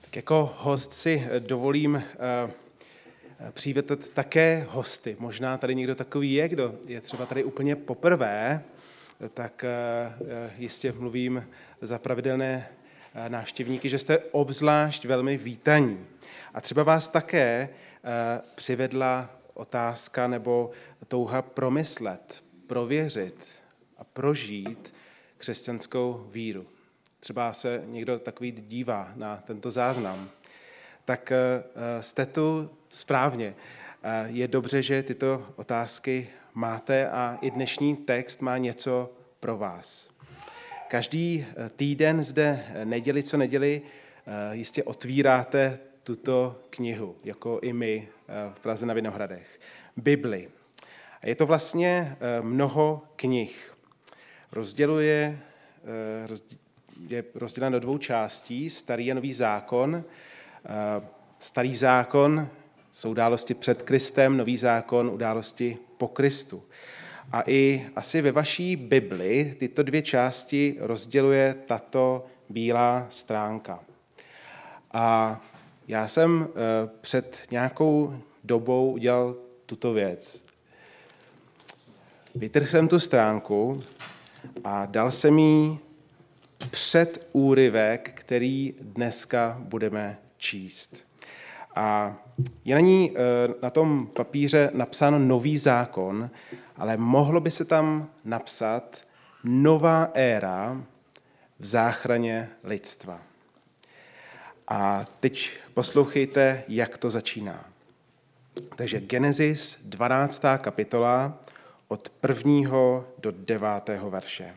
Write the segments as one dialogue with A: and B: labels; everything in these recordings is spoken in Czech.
A: Jako host si dovolím přivítat také hosty. Možná tady někdo takový je, kdo je třeba tady úplně poprvé, tak jistě mluvím za pravidelné návštěvníky, že jste obzvlášť velmi vítaní. A třeba vás také přivedla otázka nebo touha promyslet, prověřit a prožít křesťanskou víru. Třeba se někdo takový dívá na tento záznam, tak jste tu správně. Je dobře, že tyto otázky máte a i dnešní text má něco pro vás. Každý týden zde neděli co neděli jistě otvíráte tuto knihu, jako i my v Praze na Vinohradech, Bibli. Je to vlastně mnoho knih. Je rozdělen do dvou částí, Starý a Nový zákon. Starý zákon jsou události před Kristem, Nový zákon události po Kristu. A i asi ve vaší Bibli tyto dvě části rozděluje tato bílá stránka. A já jsem před nějakou dobou udělal tuto věc. Vytrhl jsem tu stránku a dal jsem jí před úryvek, který dneska budeme číst. A je na ní na tom papíře napsáno Nový zákon, ale mohlo by se tam napsat nová éra v záchraně lidstva. A teď poslouchejte, jak to začíná. Takže Genesis 12. kapitola od 1. do 9. verše.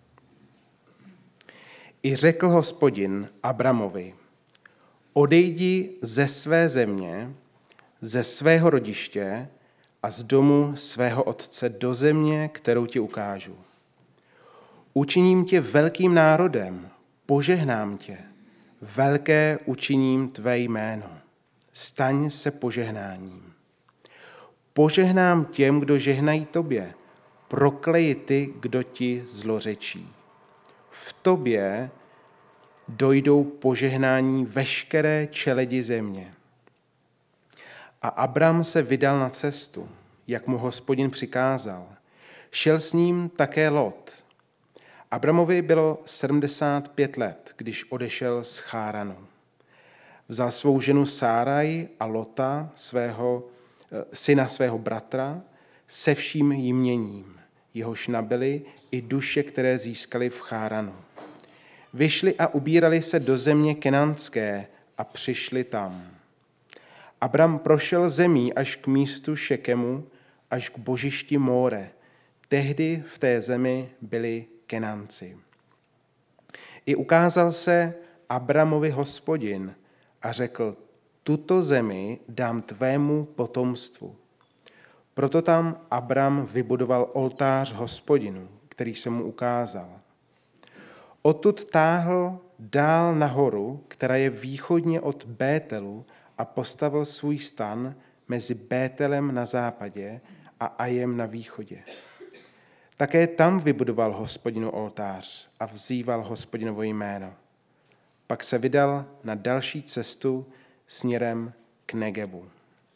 A: I řekl Hospodin Abramovi, odejdi ze své země, ze svého rodiště a z domu svého otce do země, kterou ti ukážu. Učiním tě velkým národem, požehnám tě, velké učiním tvé jméno. Staň se požehnáním. Požehnám těm, kdo žehnají tobě, prokleji ty, kdo ti zlořečí. V tobě dojdou požehnání veškeré čeledi země. A Abram se vydal na cestu, jak mu Hospodin přikázal. Šel s ním také Lot. Abramovi bylo 75 let, když odešel z Cháranu. Vzal svou ženu Sáraj a Lota, syna svého bratra, se vším jměním, jehož nabyli i duše, které získali v Cháranu. Vyšli a ubírali se do země kenánské a přišli tam. Abram prošel zemí až k místu Šekemu, až k božišti Móre. Tehdy v té zemi byli Kenánci. I ukázal se Abramovi Hospodin a řekl, tuto zemi dám tvému potomstvu. Proto tam Abram vybudoval oltář Hospodinu, který se mu ukázal. Odtud táhl dál nahoru, která je východně od Bételu, a postavil svůj stan mezi Bételem na západě a Ajem na východě. Také tam vybudoval Hospodinu oltář a vzýval Hospodinovo jméno. Pak se vydal na další cestu směrem k Negebu.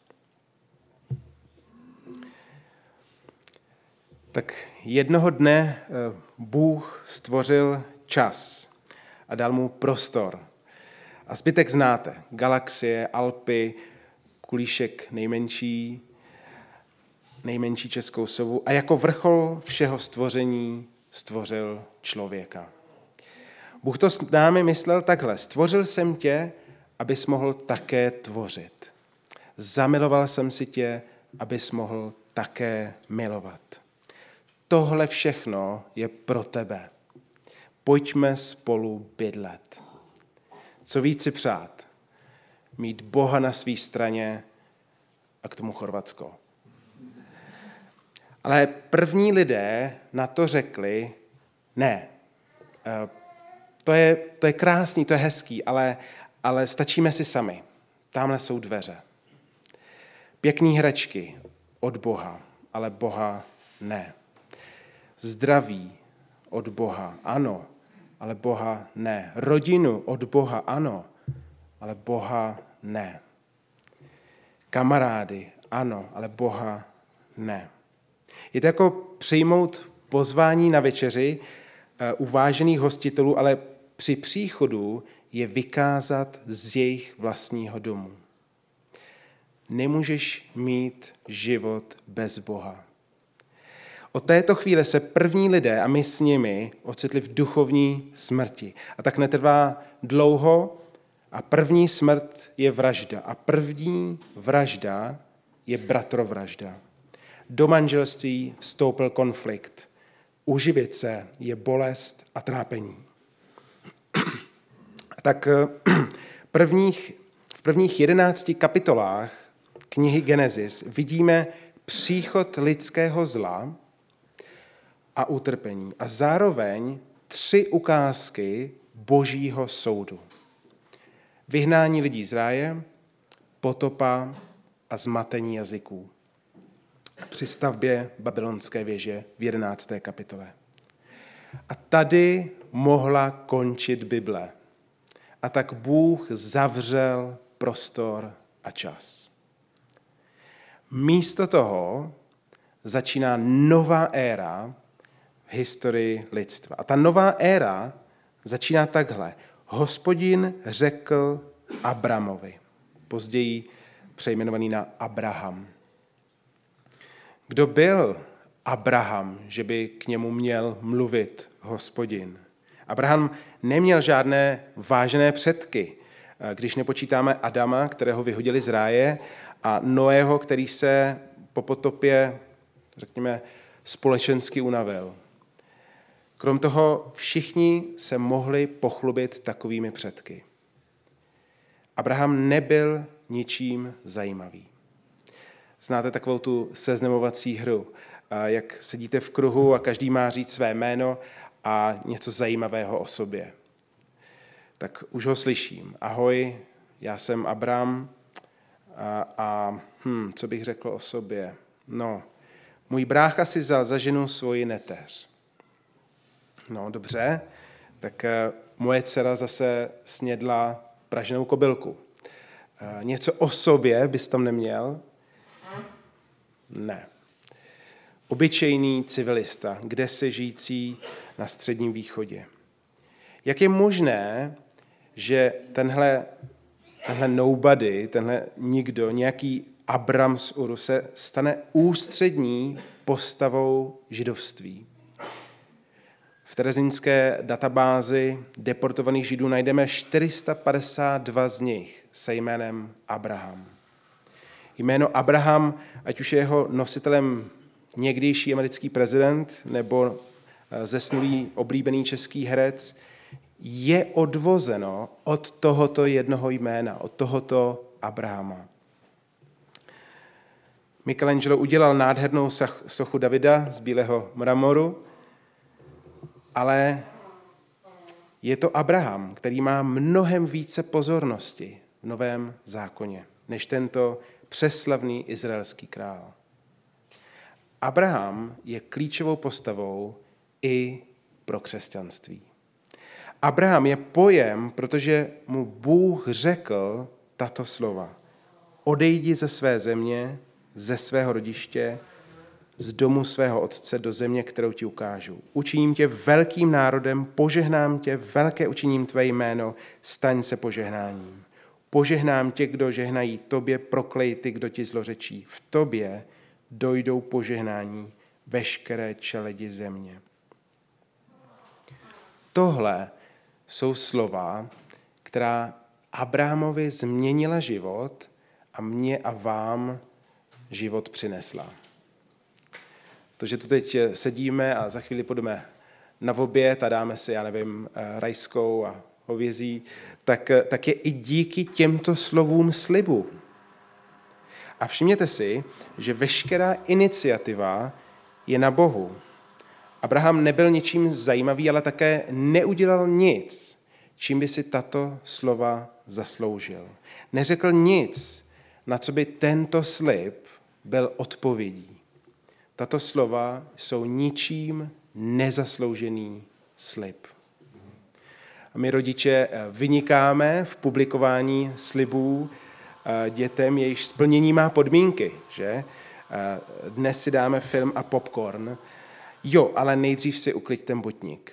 A: Tak jednoho dne Bůh stvořil čas a dal mu prostor. A zbytek znáte. Galaxie, Alpy, kulíšek nejmenší českou sovu. A jako vrchol všeho stvoření stvořil člověka. Bůh to s námi myslel takhle. Stvořil jsem tě, abys mohl také tvořit. Zamiloval jsem si tě, abys mohl také milovat. Tohle všechno je pro tebe. Pojďme spolu bydlet. Co víc si přát? Mít Boha na své straně a k tomu Chorvatsko. Ale první lidé na to řekli, ne, to je krásný, to je hezký, ale stačíme si sami. Tamhle jsou dveře. Pěkný hračky od Boha, ale Boha ne. Zdraví od Boha, ano, ale Boha ne. Rodinu od Boha, ano, ale Boha ne. Kamarády, ano, ale Boha ne. Je to jako přijmout pozvání na večeři u vážených hostitelů, ale při příchodu je vykázat z jejich vlastního domu. Nemůžeš mít život bez Boha. Od této chvíle se první lidé a my s nimi ocitli v duchovní smrti. A tak netrvá dlouho a první smrt je vražda. A první vražda je bratrovražda. Do manželství vstoupil konflikt. Uživit se je bolest a trápení. Tak v prvních 11 kapitolách knihy Genesis vidíme příchod lidského zla a utrpení a zároveň 3 ukázky božího soudu. Vyhnání lidí z ráje, potopa a zmatení jazyků. Při stavbě babylonské věže v 11. kapitole. A tady mohla končit Bible. A tak Bůh zavřel prostor a čas. Místo toho začíná nová éra v historii lidstva. A ta nová éra začíná takhle. Hospodin řekl Abramovi, později přejmenovaný na Abraham. Kdo byl Abraham, že by k němu měl mluvit Hospodin? Abraham neměl žádné vážené předky, když nepočítáme Adama, kterého vyhodili z ráje, a Noého, který se po potopě, řekněme, společensky unavil. Krom toho všichni se mohli pochlubit takovými předky. Abraham nebyl ničím zajímavý. Znáte takovou tu seznamovací hru, jak sedíte v kruhu a každý má říct své jméno a něco zajímavého o sobě. Tak už ho slyším. Ahoj, já jsem Abram co bych řekl o sobě? No, můj brácha si vzal za ženu svoji neteř. No, dobře, tak moje dcera zase snědla praženou kobylku. Něco o sobě bys tam neměl? Ne. Obyčejný civilista, kdesi žijící na Středním východě. Jak je možné, že tenhle nobody, tenhle nikdo, nějaký Abram z Uru se stane ústřední postavou židovství? V terezínské databázi deportovaných židů najdeme 452 z nich se jménem Abraham. Jméno Abraham, ať už je jeho nositelem někdejší americký prezident nebo zesnulý oblíbený český herec, je odvozeno od tohoto jednoho jména, od tohoto Abrahama. Michelangelo udělal nádhernou sochu Davida z bílého mramoru, ale je to Abraham, který má mnohem více pozornosti v Novém zákoně, než tento přeslavný izraelský král. Abraham je klíčovou postavou i pro křesťanství. Abraham je pojem, protože mu Bůh řekl tato slova. Odejdi ze své země, ze svého rodiště, z domu svého otce do země, kterou ti ukážu. Učiním tě velkým národem, požehnám tě, velké učiním tvé jméno, staň se požehnáním. Požehnám tě, kdo žehnají tobě, proklej ty, kdo ti zlořečí. V tobě dojdou požehnání veškeré čeledi země. Tohle jsou slova, která Abrahamovi změnila život a mě a vám život přinesla. To, že tu teď sedíme a za chvíli půjdeme na oběd a dáme si, rajskou a hovězí, tak je i díky těmto slovům slibu. A všimněte si, že veškerá iniciativa je na Bohu. Abraham nebyl ničím zajímavý, ale také neudělal nic, čím by si tato slova zasloužil. Neřekl nic, na co by tento slib byl odpovědí. Tato slova jsou ničím nezasloužený slib. A my rodiče vynikáme v publikování slibů dětem, jejichž splnění má podmínky, že? Dnes si dáme film a popcorn. Jo, ale nejdřív si ukliď ten botník.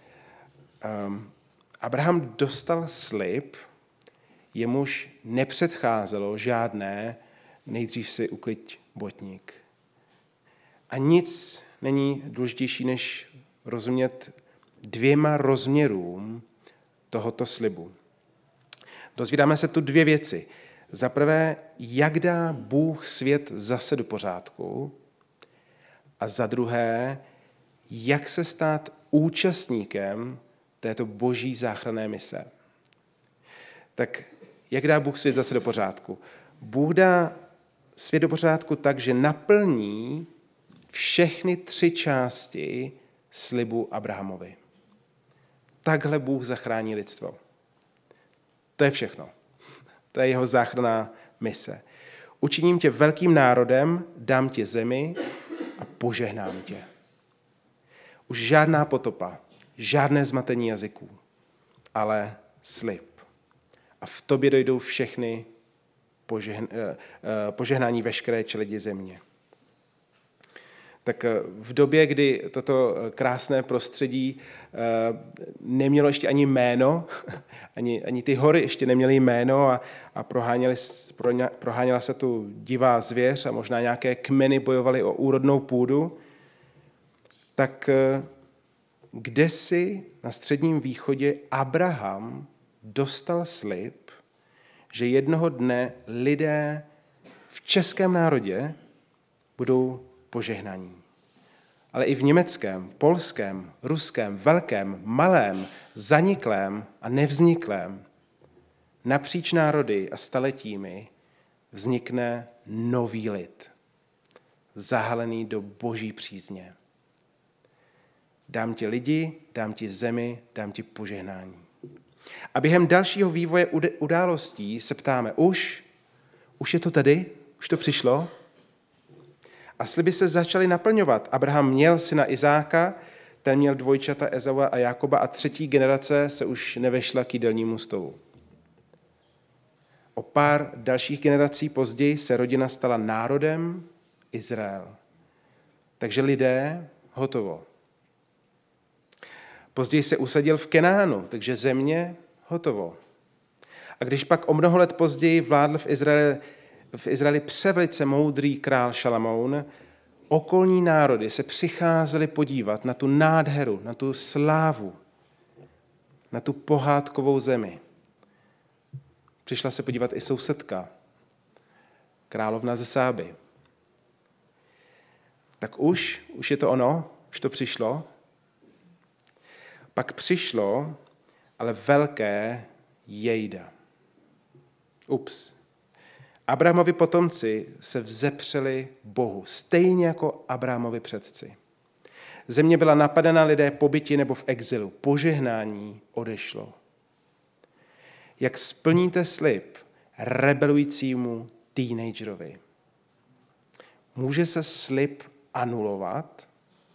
A: Abraham dostal slib, jemuž nepředcházelo žádné nejdřív si ukliď botník. A nic není důležitější, než rozumět dvěma rozměrům tohoto slibu. Dozvídáme se tu dvě věci. Za prvé, jak dá Bůh svět zase do pořádku, a za druhé, jak se stát účastníkem této boží záchranné mise. Tak jak dá Bůh svět zase do pořádku? Bůh dá svět do pořádku tak, že naplní všechny 3 části slibu Abrahamovi. Takhle Bůh zachrání lidstvo. To je všechno. To je jeho záchranná mise. Učiním tě velkým národem, dám ti zemi a požehnám tě. Už žádná potopa, žádné zmatení jazyků, ale slib. A v tobě dojdou všechny požehnání veškeré čeledi země. Tak v době, kdy toto krásné prostředí nemělo ještě ani jméno, ani ty hory ještě neměly jméno a proháněla se tu divá zvěř a možná nějaké kmeny bojovaly o úrodnou půdu, tak kdesi na Středním východě Abraham dostal slib, že jednoho dne lidé v českém národě budou požehnaní. Ale i v německém, v polském, ruském, velkém, malém, zaniklém a nevzniklém, napříč národy a staletími vznikne nový lid, zahalený do boží přízně. Dám ti lidi, dám ti zemi, dám ti požehnání. A během dalšího vývoje událostí se ptáme, už je to tady? Už to přišlo? A sliby se začaly naplňovat. Abraham měl syna Izáka, ten měl dvojčata Ezaua a Jakoba a 3. generace se už nevešla k jídelnímu stolu. O pár dalších generací později se rodina stala národem Izrael. Takže lidé, hotovo. Později se usadil v Kenánu, takže země, hotovo. A když pak o mnoho let později vládl v Izraeli převelice moudrý král Šalamoun, okolní národy se přicházely podívat na tu nádheru, na tu slávu, na tu pohádkovou zemi. Přišla se podívat i sousedka, královna ze Sáby. Tak už je to ono, už to přišlo. Pak přišlo, ale velké jejda. Abrahamovi potomci se vzepřeli Bohu, stejně jako Abrahamovi předci. Země byla napadena, lidé pobyti nebo v exilu. Požehnání odešlo. Jak splníte slib rebelujícímu teenagerovi? Může se slib anulovat?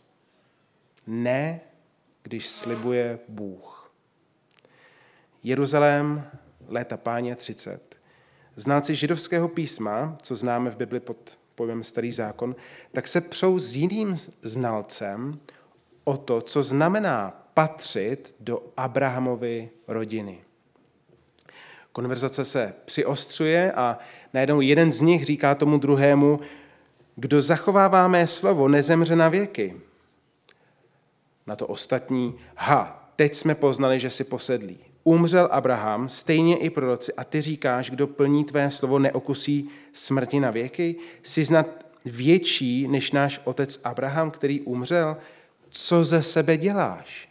A: Ne, když slibuje Bůh. Jeruzalém, léta Páně 30. Znalci židovského písma, co známe v Bibli pod pojmem Starý zákon, tak se přou s jiným znalcem o to, co znamená patřit do Abrahamovy rodiny. Konverzace se přiostřuje a najednou jeden z nich říká tomu druhému, kdo zachovává mé slovo, nezemře na věky. Na to ostatní, teď jsme poznali, že jsi posedlý. Umřel Abraham, stejně i proroci, a ty říkáš, kdo plní tvé slovo, neokusí smrti na věky? Jsi snad větší než náš otec Abraham, který umřel? Co ze sebe děláš?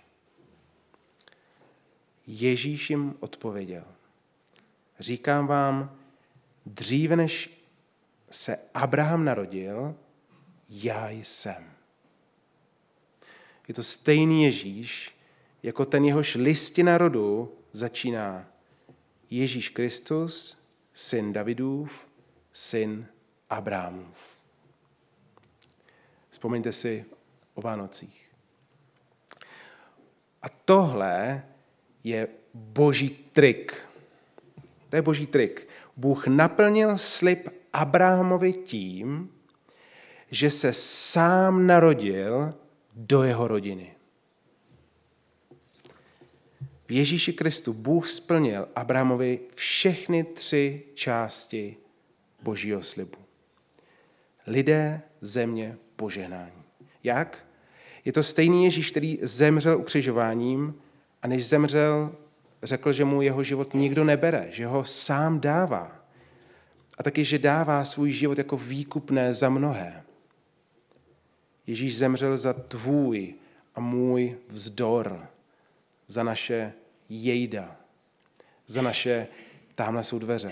A: Ježíš jim odpověděl. Říkám vám, dříve než se Abraham narodil, já jsem. Je to stejný Ježíš, jako ten jehož listina rodu začíná Ježíš Kristus, syn Davidův, syn Abrahamův. Vzpomeňte si o Vánocích. A tohle je boží trik. To je boží trik. Bůh naplnil slib Abrahamovi tím, že se sám narodil do jeho rodiny. V Ježíši Kristu Bůh splnil Abrahamovi všechny 3 části božího slibu. Lidé, země, požehnání. Jak? Je to stejný Ježíš, který zemřel ukřižováním a než zemřel, řekl, že mu jeho život nikdo nebere, že ho sám dává. A taky, že dává svůj život jako výkupné za mnohé. Ježíš zemřel za tvůj a můj vzdor, za naše jejda, za naše tamhle jsou dveře.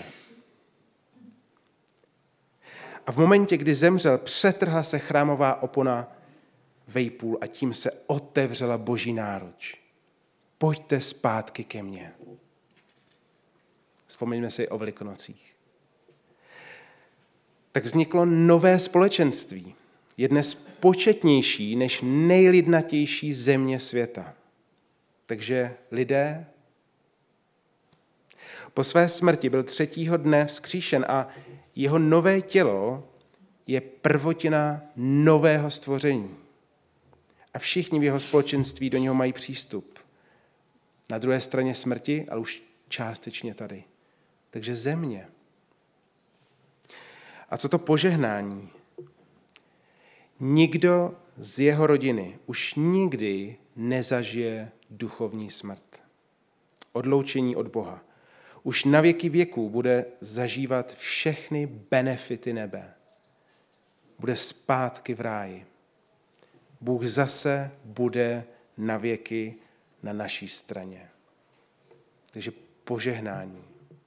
A: A v momentě, kdy zemřel, přetrhla se chrámová opona vejpůl a tím se otevřela boží náruč. Pojďte zpátky ke mně. Vzpomeňme si o Velikonocích. Tak vzniklo nové společenství. Je dnes početnější než nejlidnatější země světa. Takže lidé po své smrti byl 3. dne vzkříšen a jeho nové tělo je prvotina nového stvoření. A všichni v jeho společenství do něho mají přístup. Na druhé straně smrti, ale už částečně tady. Takže země. A co to požehnání? Nikdo z jeho rodiny už nikdy nezažije duchovní smrt. Odloučení od Boha. Už na věky věků bude zažívat všechny benefity nebe. Bude zpátky v ráji. Bůh zase bude na věky na naší straně. Takže požehnání.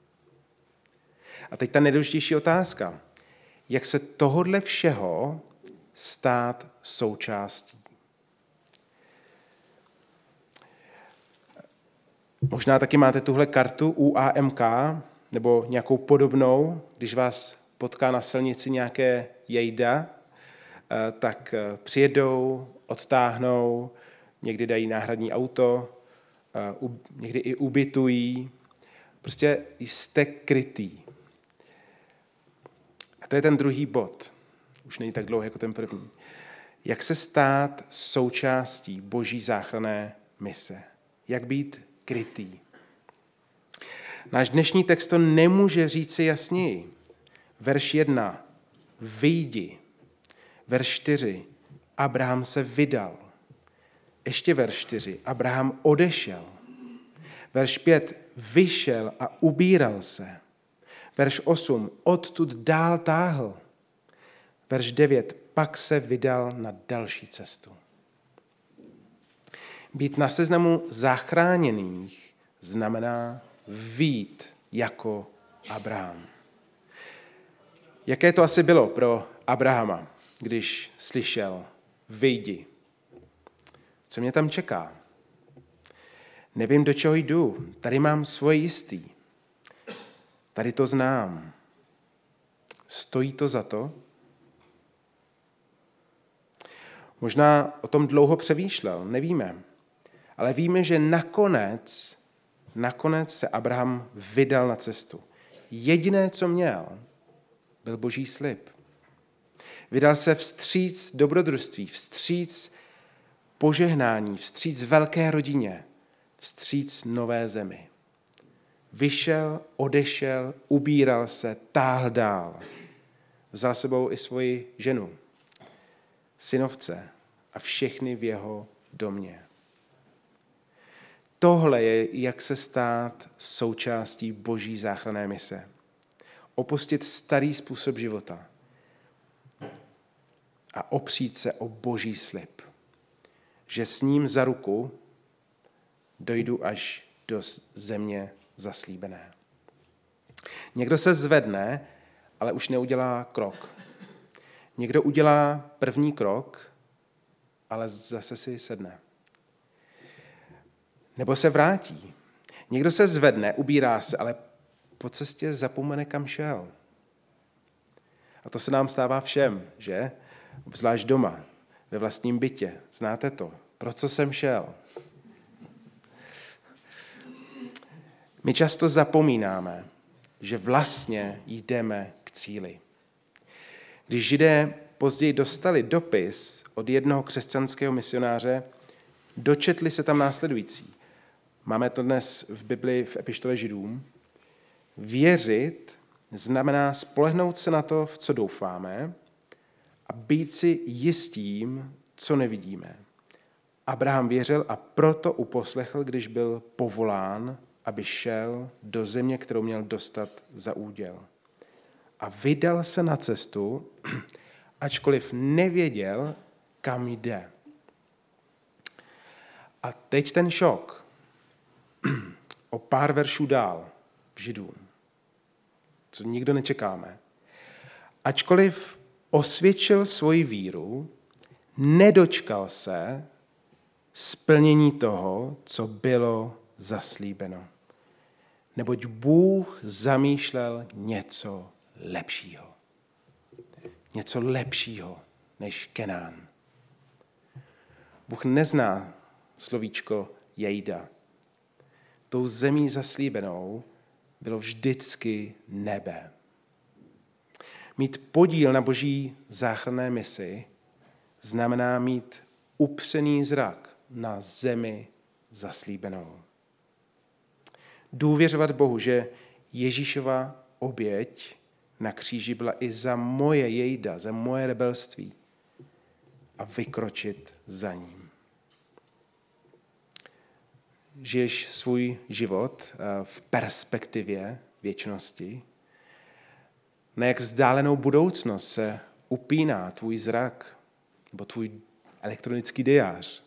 A: A teď ta nejdůležitější otázka. Jak se tohodle všeho stát součástí? Možná taky máte tuhle kartu UAMK nebo nějakou podobnou, když vás potká na silnici nějaké jejda, tak přijedou, odtáhnou, někdy dají náhradní auto, někdy i ubytují. Prostě jste krytý. A to je ten druhý bod. Už není tak dlouhý jako ten první. Jak se stát součástí boží záchranné mise? Jak být krytý? Náš dnešní text to nemůže říci jasněji. Verš 1. Vyjdi. Verš 4. Abraham se vydal. Ještě verš 4. Abraham odešel. Verš 5. Vyšel a ubíral se. Verš 8. Odtud dál táhl. Verš 9. Pak se vydal na další cestu. Být na seznamu zachráněných znamená vyjít jako Abraham. Jaké to asi bylo pro Abrahama, když slyšel vyjdi? Co mě tam čeká? Nevím, do čeho jdu. Tady mám svoje jistý. Tady to znám. Stojí to za to? Možná o tom dlouho přemýšlel, nevíme. Ale víme, že nakonec se Abraham vydal na cestu. Jediné, co měl, byl boží slib. Vydal se vstříc dobrodružství, vstříc požehnání, vstříc velké rodině, vstříc nové zemi. Vyšel, odešel, ubíral se, táhl dál. Vzal sebou i svoji ženu, synovce a všechny v jeho domě. Tohle je, jak se stát součástí boží záchranné mise. Opustit starý způsob života a opřít se o boží slib, že s ním za ruku dojdu až do země zaslíbené. Někdo se zvedne, ale už neudělá krok. Někdo udělá první krok, ale zase si sedne. Nebo se vrátí. Někdo se zvedne, ubírá se, ale po cestě zapomene, kam šel. A to se nám stává všem, že? Zvlášť doma, ve vlastním bytě. Znáte to? Pro co jsem šel? My často zapomínáme, že vlastně jdeme k cíli. Když Židé později dostali dopis od jednoho křesťanského misionáře, dočetli se tam následující. Máme to dnes v Bibli v epištole Židům. Věřit znamená spolehnout se na to, v co doufáme, a být si jistým, co nevidíme. Abraham věřil a proto uposlechl, když byl povolán, aby šel do země, kterou měl dostat za úděl. A vydal se na cestu, ačkoliv nevěděl, kam jde. A teď ten šok. O pár veršů dál v Židům, co nikdo nečekáme. Ačkoliv osvědčil svoji víru, nedočkal se splnění toho, co bylo zaslíbeno. Neboť Bůh zamýšlel něco lepšího. Něco lepšího než Kenán. Bůh nezná slovíčko jejda. Tou zemí zaslíbenou bylo vždycky nebe. Mít podíl na Boží záchranné misi znamená mít upřený zrak na zemi zaslíbenou. Důvěřovat Bohu, že Ježíšova oběť na kříži byla i za moje jejda, za moje rebelství a vykročit za ním. Žiješ svůj život v perspektivě věčnosti? Na jak vzdálenou budoucnost se upíná tvůj zrak nebo tvůj elektronický diář?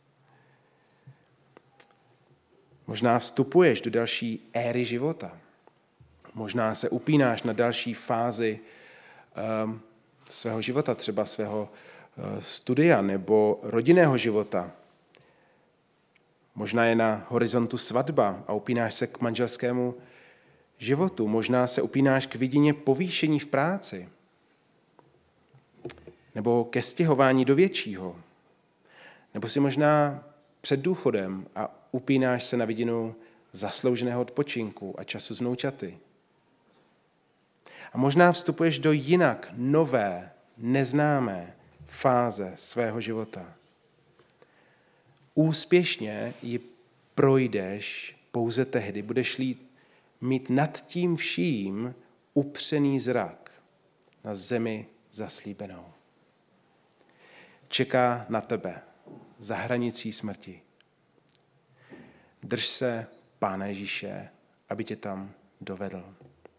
A: Možná vstupuješ do další éry života. Možná se upínáš na další fázi svého života, třeba svého studia nebo rodinného života. Možná je na horizontu svatba a upínáš se k manželskému životu. Možná se upínáš k vidině povýšení v práci. Nebo ke stěhování do většího. Nebo si možná před důchodem a upínáš se na vidinu zaslouženého odpočinku a času s vnoučaty. A možná vstupuješ do jinak nové, neznámé fáze svého života. Úspěšně ji projdeš pouze tehdy, budeš mít nad tím vším upřený zrak na zemi zaslíbenou. Čeká na tebe za hranicí smrti. Drž se Pána Ježíše, aby tě tam dovedl.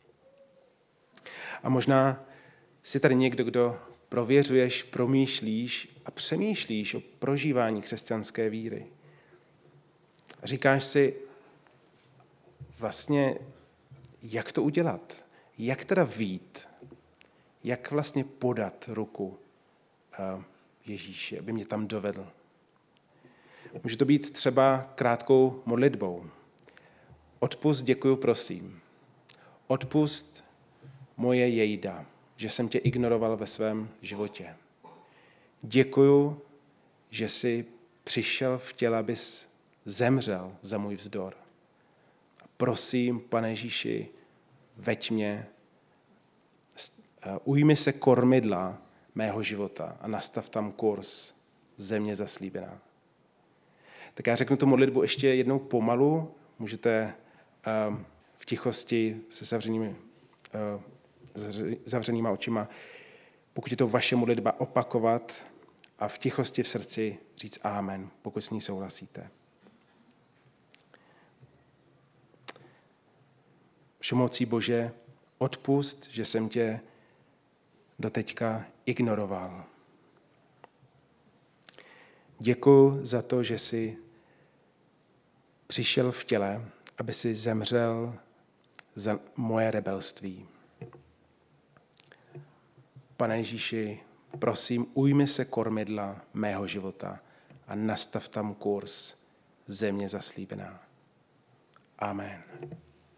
A: A možná jsi tady někdo, kdo prověřuješ, promýšlíš a přemýšlíš o prožívání křesťanské víry. A říkáš si vlastně, jak to udělat? Jak teda vyjít? Jak vlastně podat ruku Ježíši, aby mě tam dovedl? Může to být třeba krátkou modlitbou. Odpusť, děkuju, prosím. Odpusť moje jejda, že jsem tě ignoroval ve svém životě. Děkuju, že jsi přišel v těle, abys zemřel za můj vzdor. Prosím, Pane Ježíši, veď mě, ujmi se kormidla mého života a nastav tam kurz země zaslíbená. Tak já řeknu tu modlitbu ještě jednou pomalu. Můžete v tichosti se zavřenýma očima, pokud je to vaše modlitba, opakovat a v tichosti v srdci říct amen, pokud s ní souhlasíte. Všemohoucí Bože, odpusť, že jsem tě doteďka ignoroval. Děkuji za to, že jsi přišel v těle, aby si zemřel za moje rebelství. Pane Ježíši, prosím, ujmi se kormidla mého života a nastav tam kurz země zaslíbená. Amen.